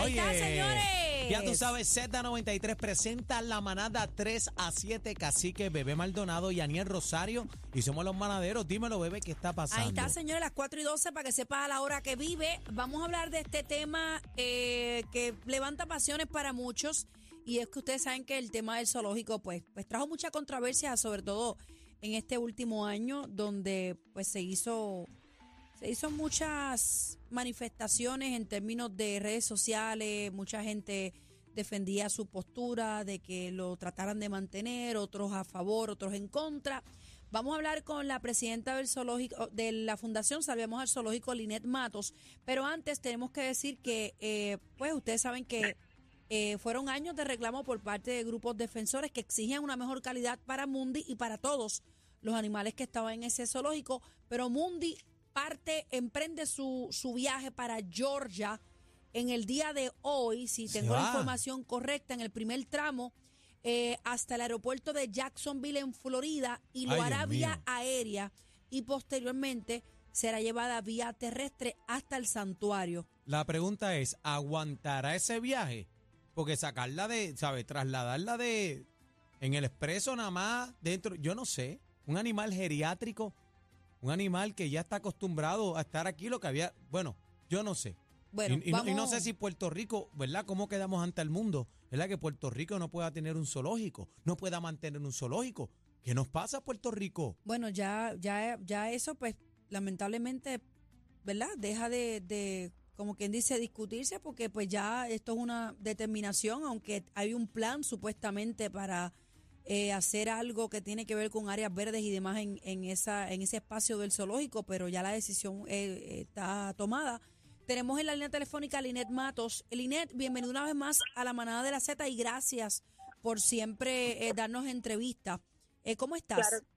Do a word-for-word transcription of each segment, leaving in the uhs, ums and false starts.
Ahí está, señores. Ya tú sabes, Z noventa y tres presenta la manada tres a siete, Cacique, Bebé Maldonado y Aniel Rosario. Y somos los manaderos. Dímelo, Bebé, ¿qué está pasando? Ahí está, señores, las cuatro y doce para que sepa a la hora que vive. Vamos a hablar de este tema eh, que levanta pasiones para muchos. Y es que ustedes saben que el tema del zoológico, pues, pues trajo mucha controversia, sobre todo en este último año, donde pues se hizo, se hizo muchas manifestaciones en términos de redes sociales, mucha gente defendía su postura de que lo trataran de mantener, otros a favor, otros en contra. Vamos a hablar con la presidenta del zoológico, de la Fundación Salvemos al Zoológico, Linet Matos, pero antes tenemos que decir que, eh, pues ustedes saben que eh, fueron años de reclamo por parte de grupos defensores que exigían una mejor calidad para Mundi y para todos los animales que estaban en ese zoológico, pero Mundi parte, emprende su, su viaje para Georgia en el día de hoy, si Se tengo la va. información correcta, en el primer tramo, eh, hasta el aeropuerto de Jacksonville en Florida, y lo Ay, hará Dios vía mío. aérea y posteriormente será llevada vía terrestre hasta el santuario. La pregunta es, ¿aguantará ese viaje? Porque sacarla de, ¿sabes? Trasladarla de, en el expreso nada más, dentro, yo no sé, un animal geriátrico, un animal que ya está acostumbrado a estar aquí, lo que había, bueno, yo no sé. Bueno, y, y no, y no vamos- sé si Puerto Rico, ¿verdad? ¿Cómo quedamos ante el mundo? ¿Verdad? Que Puerto Rico no pueda tener un zoológico, no pueda mantener un zoológico. ¿Qué nos pasa a Puerto Rico? Bueno, ya, ya, ya eso, pues, lamentablemente, ¿verdad? Deja de, de, como quien dice, discutirse, porque pues ya esto es una determinación, aunque hay un plan supuestamente para eh, hacer algo que tiene que ver con áreas verdes y demás en, en esa, en ese espacio del zoológico, pero ya la decisión eh, está tomada. Tenemos en la línea telefónica a Linet Matos. Linet, bienvenida una vez más a la manada de la Z y gracias por siempre eh, darnos entrevistas. Eh, ¿Cómo estás? Claro.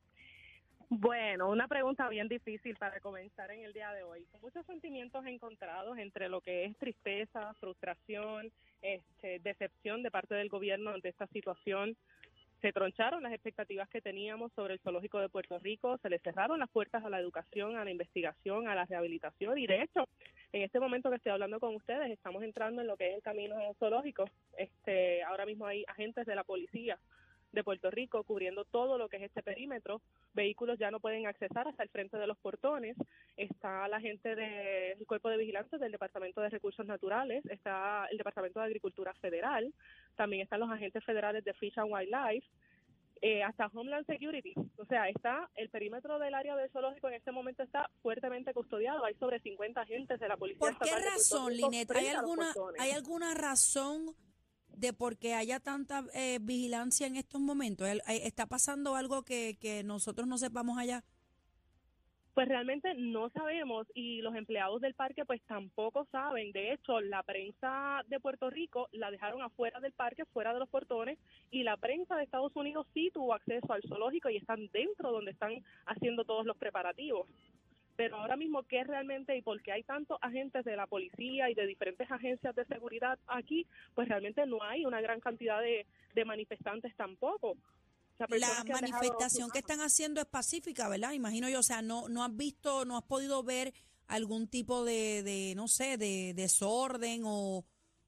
Bueno, una pregunta bien difícil para comenzar en el día de hoy. Con muchos sentimientos encontrados entre lo que es tristeza, frustración, este, decepción de parte del gobierno ante esta situación. Se troncharon las expectativas que teníamos sobre el zoológico de Puerto Rico, se le cerraron las puertas a la educación, a la investigación, a la rehabilitación y de hecho, en este momento que estoy hablando con ustedes, estamos entrando en lo que es el camino zoológico. Este, ahora mismo hay agentes de la policía de Puerto Rico cubriendo todo lo que es este perímetro. Vehículos ya no pueden accesar hasta el frente de los portones. Está la gente del Cuerpo de Vigilancia del Departamento de Recursos Naturales, está el Departamento de Agricultura Federal, también están los agentes federales de Fish and Wildlife, eh, hasta Homeland Security. O sea, está el perímetro del área del zoológico en este momento está fuertemente custodiado. Hay sobre cincuenta agentes de la Policía ¿Por qué Estatal de Puerto razón, Rico Linet? ¿Hay frente a los alguna, portones. ¿Hay alguna razón de por qué haya tanta eh, vigilancia en estos momentos? ¿Hay- hay- ¿Está pasando algo que, que nosotros no sepamos allá? Pues realmente no sabemos y los empleados del parque pues tampoco saben. De hecho, la prensa de Puerto Rico la dejaron afuera del parque, fuera de los portones, y la prensa de Estados Unidos sí tuvo acceso al zoológico y están dentro donde están haciendo todos los preparativos. Pero ahora mismo, ¿qué realmente y por qué hay tantos agentes de la policía y de diferentes agencias de seguridad aquí? Pues realmente no hay una gran cantidad de, de manifestantes tampoco. O sea, personas La que han dejado manifestación sus que están haciendo es pacífica, ¿verdad? Imagino yo, o sea, no, no has visto, no has podido ver algún tipo de, de no sé, de desorden o,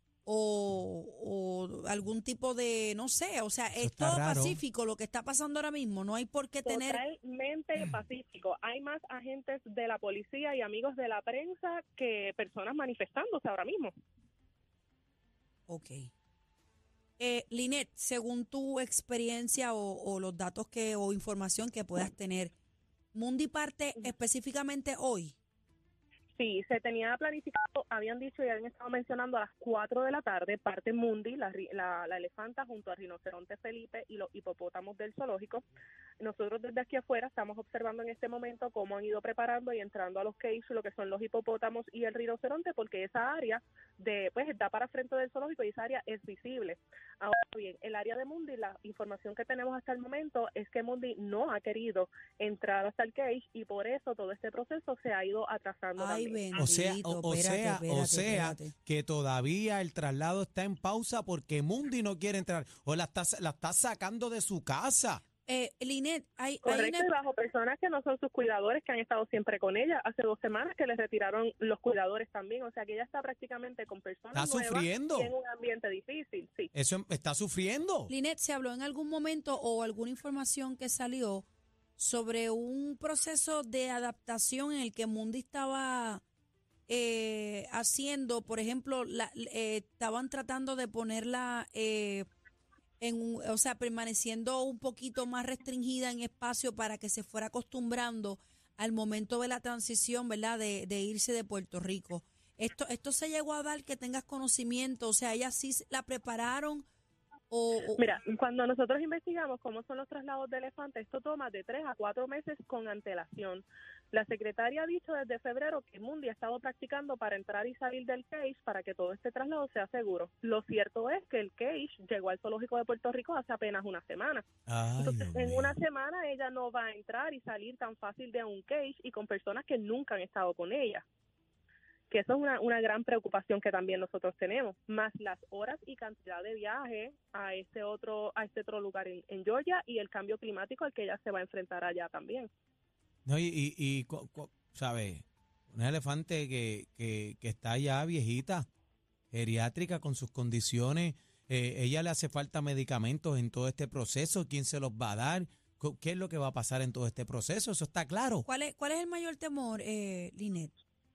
o, o algún tipo de, no sé, o sea, es está todo raro. pacífico lo que está pasando ahora mismo, no hay por qué tener... Totalmente pacífico. Hay más agentes de la policía y amigos de la prensa que personas manifestándose ahora mismo. Ok. Eh, Linet, según tu experiencia o, o los datos que o información que puedas tener, Mundi parte específicamente hoy. Sí, se tenía planificado, habían dicho y habían estado mencionando a las cuatro de la tarde, parte Mundi, la, ri- la, la elefanta junto al rinoceronte Felipe y los hipopótamos del zoológico. Nosotros desde aquí afuera estamos observando en este momento cómo han ido preparando y entrando a los cages, lo que son los hipopótamos y el rinoceronte, porque esa área de pues da para frente del zoológico y esa área es visible. Ahora bien, el área de Mundi, la información que tenemos hasta el momento es que Mundi no ha querido entrar hasta el cage y por eso todo este proceso se ha ido atrasando Ay, también. bendito, O sea, o, o espérate, sea, espérate, o sea espérate. que todavía el traslado está en pausa porque Mundi no quiere entrar o la está, la está sacando de su casa. Eh, Linet, hay, hay Correcto, una... y bajo personas que no son sus cuidadores, que han estado siempre con ella. Hace dos semanas que le retiraron los cuidadores también, o sea que ella está prácticamente con personas Está nuevas sufriendo. y en un ambiente difícil, sí. Eso está sufriendo. Linet, ¿se habló en algún momento o alguna información que salió sobre un proceso de adaptación en el que Mundi estaba eh, haciendo? Por ejemplo, la, eh, estaban tratando de ponerla, eh, en un, o sea, permaneciendo un poquito más restringida en espacio para que se fuera acostumbrando al momento de la transición, ¿verdad? De, de irse de Puerto Rico. Esto, esto se llegó a dar, que tengas conocimiento, o sea, ella sí la prepararon. O, o- Mira, cuando nosotros investigamos cómo son los traslados de elefantes, esto toma de tres a cuatro meses con antelación. La secretaria ha dicho desde febrero que Mundi ha estado practicando para entrar y salir del cage para que todo este traslado sea seguro. Lo cierto es que el cage llegó al zoológico de Puerto Rico hace apenas una semana. Ay, Entonces, Dios en mío. una semana ella no va a entrar y salir tan fácil de un cage y con personas que nunca han estado con ella. Que eso es una, una gran preocupación que también nosotros tenemos, más las horas y cantidad de viaje a este otro a este otro lugar en, en Georgia y el cambio climático al que ella se va a enfrentar allá también. No, y, y, y cu- cu- ¿sabes? Una elefante que, que, que está ya viejita, geriátrica, con sus condiciones. Eh, ella le hace falta medicamentos en todo este proceso. ¿Quién se los va a dar? Cu- ¿Qué es lo que va a pasar en todo este proceso? Eso está claro. ¿cuál, es, ¿Cuál es el mayor temor, eh, Linet?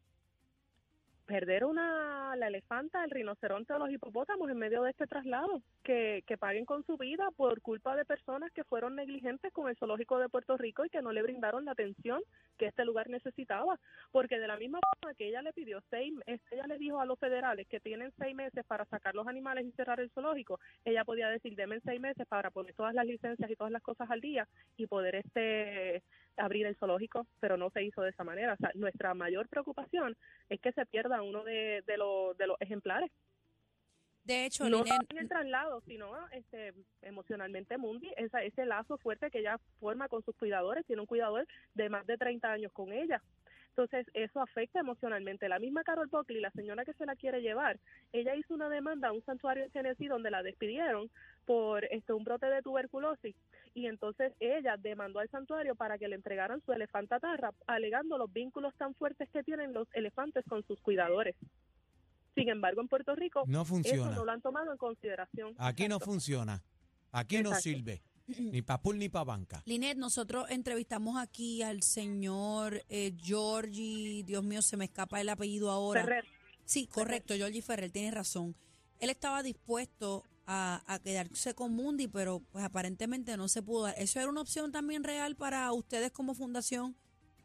Perder una la elefanta, el rinoceronte o los hipopótamos en medio de este traslado, que, que paguen con su vida por culpa de personas que fueron negligentes con el zoológico de Puerto Rico y que no le brindaron la atención que este lugar necesitaba, porque de la misma forma que ella le pidió seis, este, ella le dijo a los federales que tienen seis meses para sacar los animales y cerrar el zoológico, ella podía decir, denme seis meses para poner todas las licencias y todas las cosas al día y poder este abrir el zoológico, pero no se hizo de esa manera. O sea, nuestra mayor preocupación es que se pierda uno de, de, los, de los ejemplares. De hecho, No Linet, solo en el traslado, sino este, emocionalmente Mundi, esa, ese lazo fuerte que ella forma con sus cuidadores, tiene un cuidador de más de treinta años con ella. Entonces, eso afecta emocionalmente. La misma Carol Buckley, la señora que se la quiere llevar, ella hizo una demanda a un santuario en Tennessee donde la despidieron por este, un brote de tuberculosis. Y entonces ella demandó al santuario para que le entregaran su elefanta tarra, alegando los vínculos tan fuertes que tienen los elefantes con sus cuidadores. Sin embargo, en Puerto Rico, No eso funciona. no lo han tomado en consideración. Aquí no Exacto. funciona. Aquí no Exacto. sirve. Ni para pool ni para banca. Linet, nosotros entrevistamos aquí al señor eh, Georgie, Dios mío, se me escapa el apellido ahora. Ferrer. Sí, correcto, Georgie Ferrer, tienes razón. Él estaba dispuesto a, a quedarse con Mundi, pero pues aparentemente no se pudo dar. ¿Eso era una opción también real para ustedes como fundación?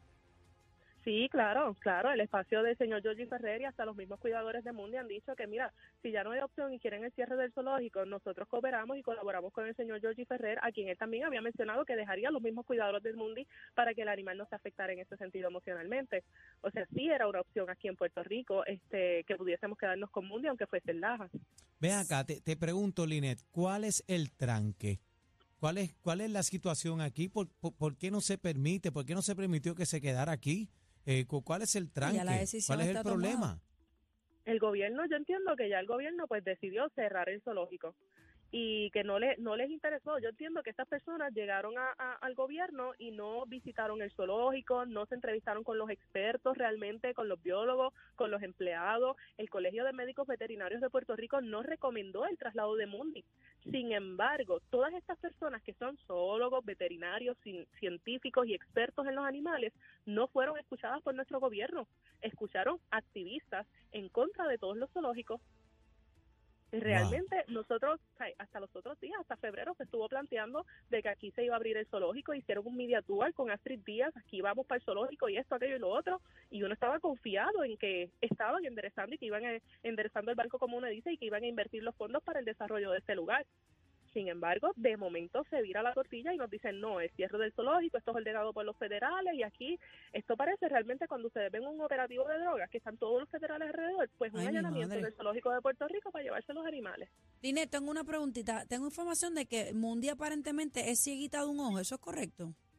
Sí, claro, claro, el espacio del señor Georgie Ferrer y hasta los mismos cuidadores de Mundi han dicho que, mira, si ya no hay opción y quieren el cierre del zoológico, nosotros cooperamos y colaboramos con el señor Georgie Ferrer, a quien él también había mencionado que dejaría a los mismos cuidadores del Mundi para que el animal no se afectara en ese sentido emocionalmente. O sea, sí era una opción aquí en Puerto Rico este, que pudiésemos quedarnos con Mundi, aunque fuese en Lajas. Ven acá, te, te pregunto, Linet, ¿cuál es el tranque? ¿Cuál es, cuál es la situación aquí? ¿Por, por, por qué no se permite? ¿Por qué no se permitió que se quedara aquí? Eh, cu- ¿Cuál es el tranque? la decisión ¿Cuál es el está problema? tomada. El gobierno, yo entiendo que ya el gobierno pues decidió cerrar el zoológico y que no le no les interesó. Yo entiendo que estas personas llegaron a, a- al gobierno y no visitaron el zoológico, no se entrevistaron con los expertos realmente, con los biólogos, con los empleados. El Colegio de Médicos Veterinarios de Puerto Rico no recomendó el traslado de Mundi. Sin embargo, todas estas personas que son zoólogos, veterinarios, cien- científicos y expertos en los animales no fueron escuchadas por nuestro gobierno. Escucharon activistas en contra de todos los zoológicos. Realmente nosotros, ay, hasta los otros días, hasta febrero, se estuvo planteando de que aquí se iba a abrir el zoológico, hicieron un media tour con Astrid Díaz, aquí vamos para el zoológico y esto, aquello y lo otro, y uno estaba confiado en que estaban enderezando y que iban a, enderezando el barco, como uno dice, y que iban a invertir los fondos para el desarrollo de este lugar. Sin embargo, de momento se vira la tortilla y nos dicen, no, el cierre del zoológico, esto es ordenado por los federales, y aquí esto parece realmente cuando ustedes ven un operativo de drogas, que están todos los federales alrededor, pues un Ay, mi allanamiento madre. del zoológico de Puerto Rico para llevarse los animales. Linet, tengo una preguntita. Tengo información de que Mundi aparentemente es cieguita de un ojo, ¿eso es correcto?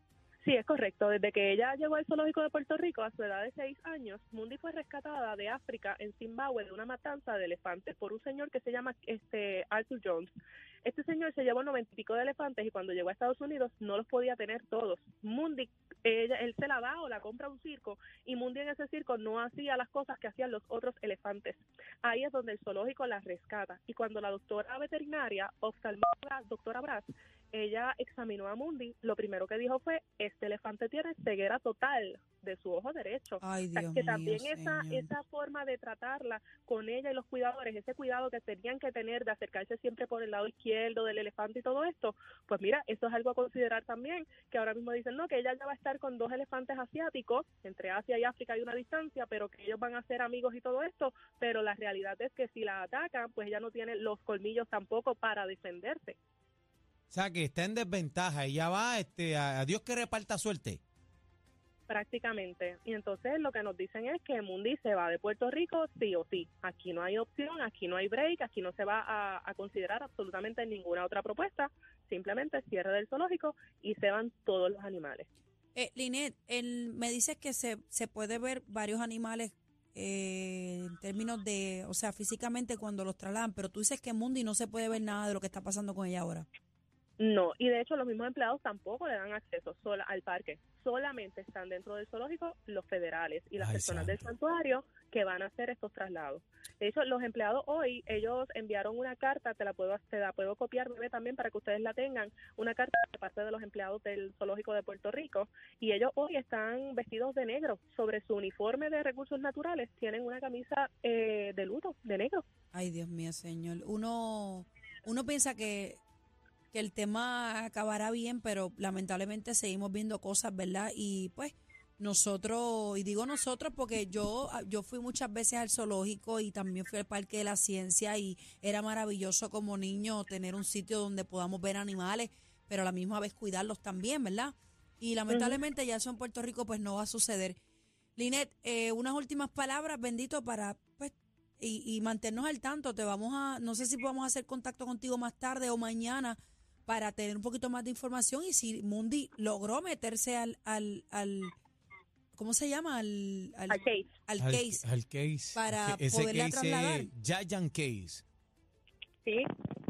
Sí, es correcto. Desde que ella llegó al zoológico de Puerto Rico a su edad de seis años, Mundi fue rescatada de África en Zimbabue de una matanza de elefantes por un señor que se llama este Arthur Jones. Este señor se llevó noventa y pico de elefantes y cuando llegó a Estados Unidos no los podía tener todos. Mundi, ella, él se la da o la compra a un circo y Mundi en ese circo no hacía las cosas que hacían los otros elefantes. Ahí es donde el zoológico la rescata y cuando la doctora veterinaria, oftalmóloga, doctora Brass, ella examinó a Mundi, lo primero que dijo fue, este elefante tiene ceguera total de su ojo derecho. Ay, o sea, Dios que mío, también esa, señor. esa forma de tratarla con ella y los cuidadores, ese cuidado que tenían que tener de acercarse siempre por el lado izquierdo del elefante y todo esto, pues mira, eso es algo a considerar también, que ahora mismo dicen, no, que ella ya va a estar con dos elefantes asiáticos, entre Asia y África hay una distancia, pero que ellos van a ser amigos y todo esto, pero la realidad es que si la atacan, pues ella no tiene los colmillos tampoco para defenderse. O sea, que está en desventaja. Ella va, este, a, a Dios que reparta suerte. Prácticamente. Y entonces lo que nos dicen es que Mundi se va de Puerto Rico sí o sí. Aquí no hay opción, aquí no hay break, aquí no se va a, a considerar absolutamente ninguna otra propuesta. Simplemente cierre del zoológico y se van todos los animales. Eh, Linet, él me dices que se, se puede ver varios animales eh, en términos de, o sea, físicamente cuando los trasladan, pero tú dices que en Mundi no se puede ver nada de lo que está pasando con ella ahora. No, y de hecho los mismos empleados tampoco le dan acceso sola al parque. Solamente están dentro del zoológico los federales y las Ay, personas santo. del santuario que van a hacer estos traslados. De hecho, los empleados hoy, ellos enviaron una carta, te la puedo te la puedo copiar, bebé, también para que ustedes la tengan, una carta de parte de los empleados del zoológico de Puerto Rico, y ellos hoy están vestidos de negro. Sobre su uniforme de recursos naturales tienen una camisa eh, de luto, de negro. Ay, Dios mío, señor. Uno, uno piensa que que el tema acabará bien, pero lamentablemente seguimos viendo cosas, ¿verdad? Y pues nosotros, y digo nosotros porque yo, yo fui muchas veces al zoológico y también fui al Parque de la Ciencia y era maravilloso como niño tener un sitio donde podamos ver animales, pero a la misma vez cuidarlos también, ¿verdad? Y lamentablemente ya eso en Puerto Rico pues no va a suceder. Linet, eh, unas últimas palabras, bendito, para pues y, y mantenernos al tanto. Te vamos a, no sé si podemos hacer contacto contigo más tarde o mañana para tener un poquito más de información y si Mundi logró meterse al, al, al ¿cómo se llama? Al, al, Al case. al Al- case al case. para Ese poderla case trasladar. es Giant Case. Sí,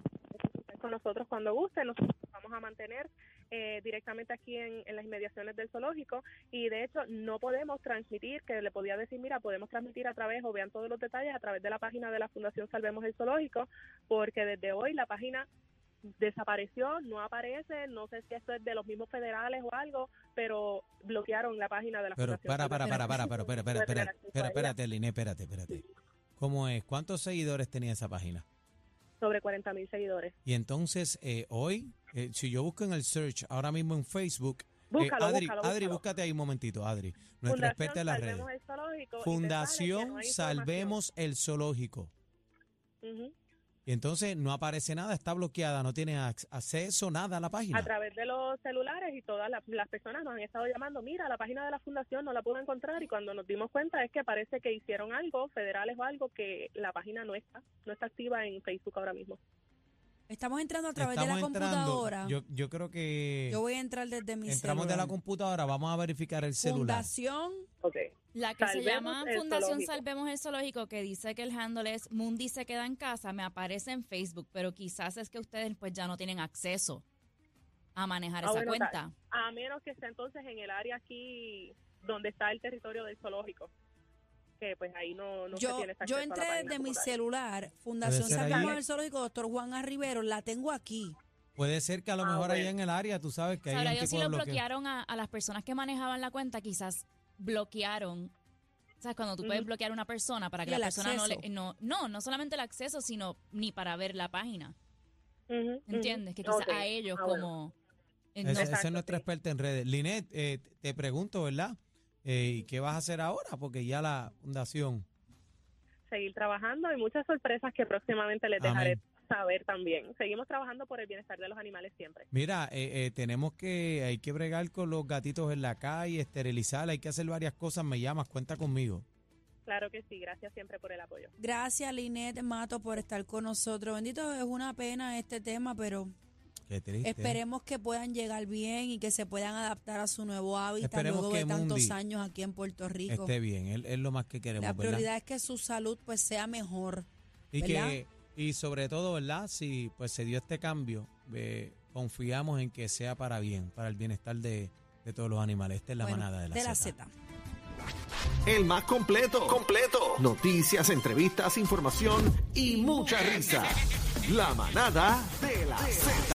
con nosotros cuando guste, nosotros vamos a mantener eh, directamente aquí en, en las inmediaciones del zoológico y de hecho no podemos transmitir, que le podía decir, mira, podemos transmitir a través o vean todos los detalles a través de la página de la Fundación Salvemos el Zoológico, porque desde hoy la página desapareció, no aparece, no sé si esto es de los mismos federales o algo, pero bloquearon la página de la Pero Fundación para, para, Salvemos para, el para, Zoológico. para, para, Puede espera, tener acceso espera, a ella. espérate, Liné, espérate, espérate. ¿Cómo es? ¿Cuántos seguidores tenía esa página? Sobre cuarenta mil seguidores. Y entonces, eh, hoy, eh, si yo busco en el search ahora mismo en Facebook, eh, Búscalo, Adri, búscalo, Adri, búscalo. búscate ahí un momentito, Adri. Nuestra Fundación experta en las Salvemos redes. el Zoológico y te sale que Fundación no hay Salvemos el Zoológico. información. Ujú. Y entonces no aparece nada, está bloqueada, no tiene ac- acceso, nada a la página. A través de los celulares y todas las, las personas nos han estado llamando, mira, la página de la fundación no la puedo encontrar y cuando nos dimos cuenta es que parece que hicieron algo, federales o algo, que la página no está, no está activa en Facebook ahora mismo. Estamos entrando a través Estamos de la entrando, computadora. Yo, Yo, yo creo que voy a entrar desde mi entramos de celular. la computadora, vamos a verificar el celular. Fundación, Ok. La que se Salvemos llama el Fundación Zoológico. Salvemos el Zoológico, que dice que el handle es Mundi se queda en casa, me aparece en Facebook, pero quizás es que ustedes pues ya no tienen acceso a manejar Ah, esa bueno, cuenta. A menos que esté entonces en el área aquí donde está el territorio del zoológico, que pues ahí no, no se yo, tiene ese yo acceso a la entré página desde mi como tal. celular, Fundación ser Salvemos ahí. el Zoológico, doctor Juan A. Rivero, la tengo aquí. Puede ser que a lo Ah, mejor bueno. allá en el área, tú sabes que hay Ahora un ellos tipo sí de lo bloqueo. bloquearon a, a las personas que manejaban la cuenta, quizás bloquearon. ¿Sabes? Cuando tú puedes Ujú. bloquear a una persona para que Y la el persona no le... acceso. No, no, no solamente el acceso, sino ni para ver la página. Ujú, ujú. ¿Entiendes? Que quizás Ok. a ellos Ah, bueno. como... eh, Ese- no- esa es Exacto, nuestra sí. experta en redes. Linet, eh, te pregunto, ¿verdad? Eh, ¿y ¿Qué vas a hacer ahora? Porque ya la fundación... Seguir trabajando y muchas sorpresas que próximamente les Amén. dejaré saber también. Seguimos trabajando por el bienestar de los animales siempre. Mira, eh, eh, tenemos que, hay que bregar con los gatitos en la calle, esterilizar, hay que hacer varias cosas, me llamas, cuenta conmigo. Claro que sí, gracias siempre por el apoyo. Gracias, Linet Mato, por estar con nosotros. Bendito, es una pena este tema, pero Qué triste. Esperemos que puedan llegar bien y que se puedan adaptar a su nuevo hábitat Esperemos luego que de tantos Mundi años aquí en Puerto Rico. Esté bien, es, es lo más que queremos, La ¿verdad? prioridad es que su salud pues sea mejor, Y ¿verdad? que y sobre todo, ¿verdad? Si pues se dio este cambio, eh, confiamos en que sea para bien, para el bienestar de, de todos los animales. Esta es la Bueno, manada de la, de la Zeta. Z. El más completo. Completo. Noticias, entrevistas, información y mucha risa. La manada de la Z.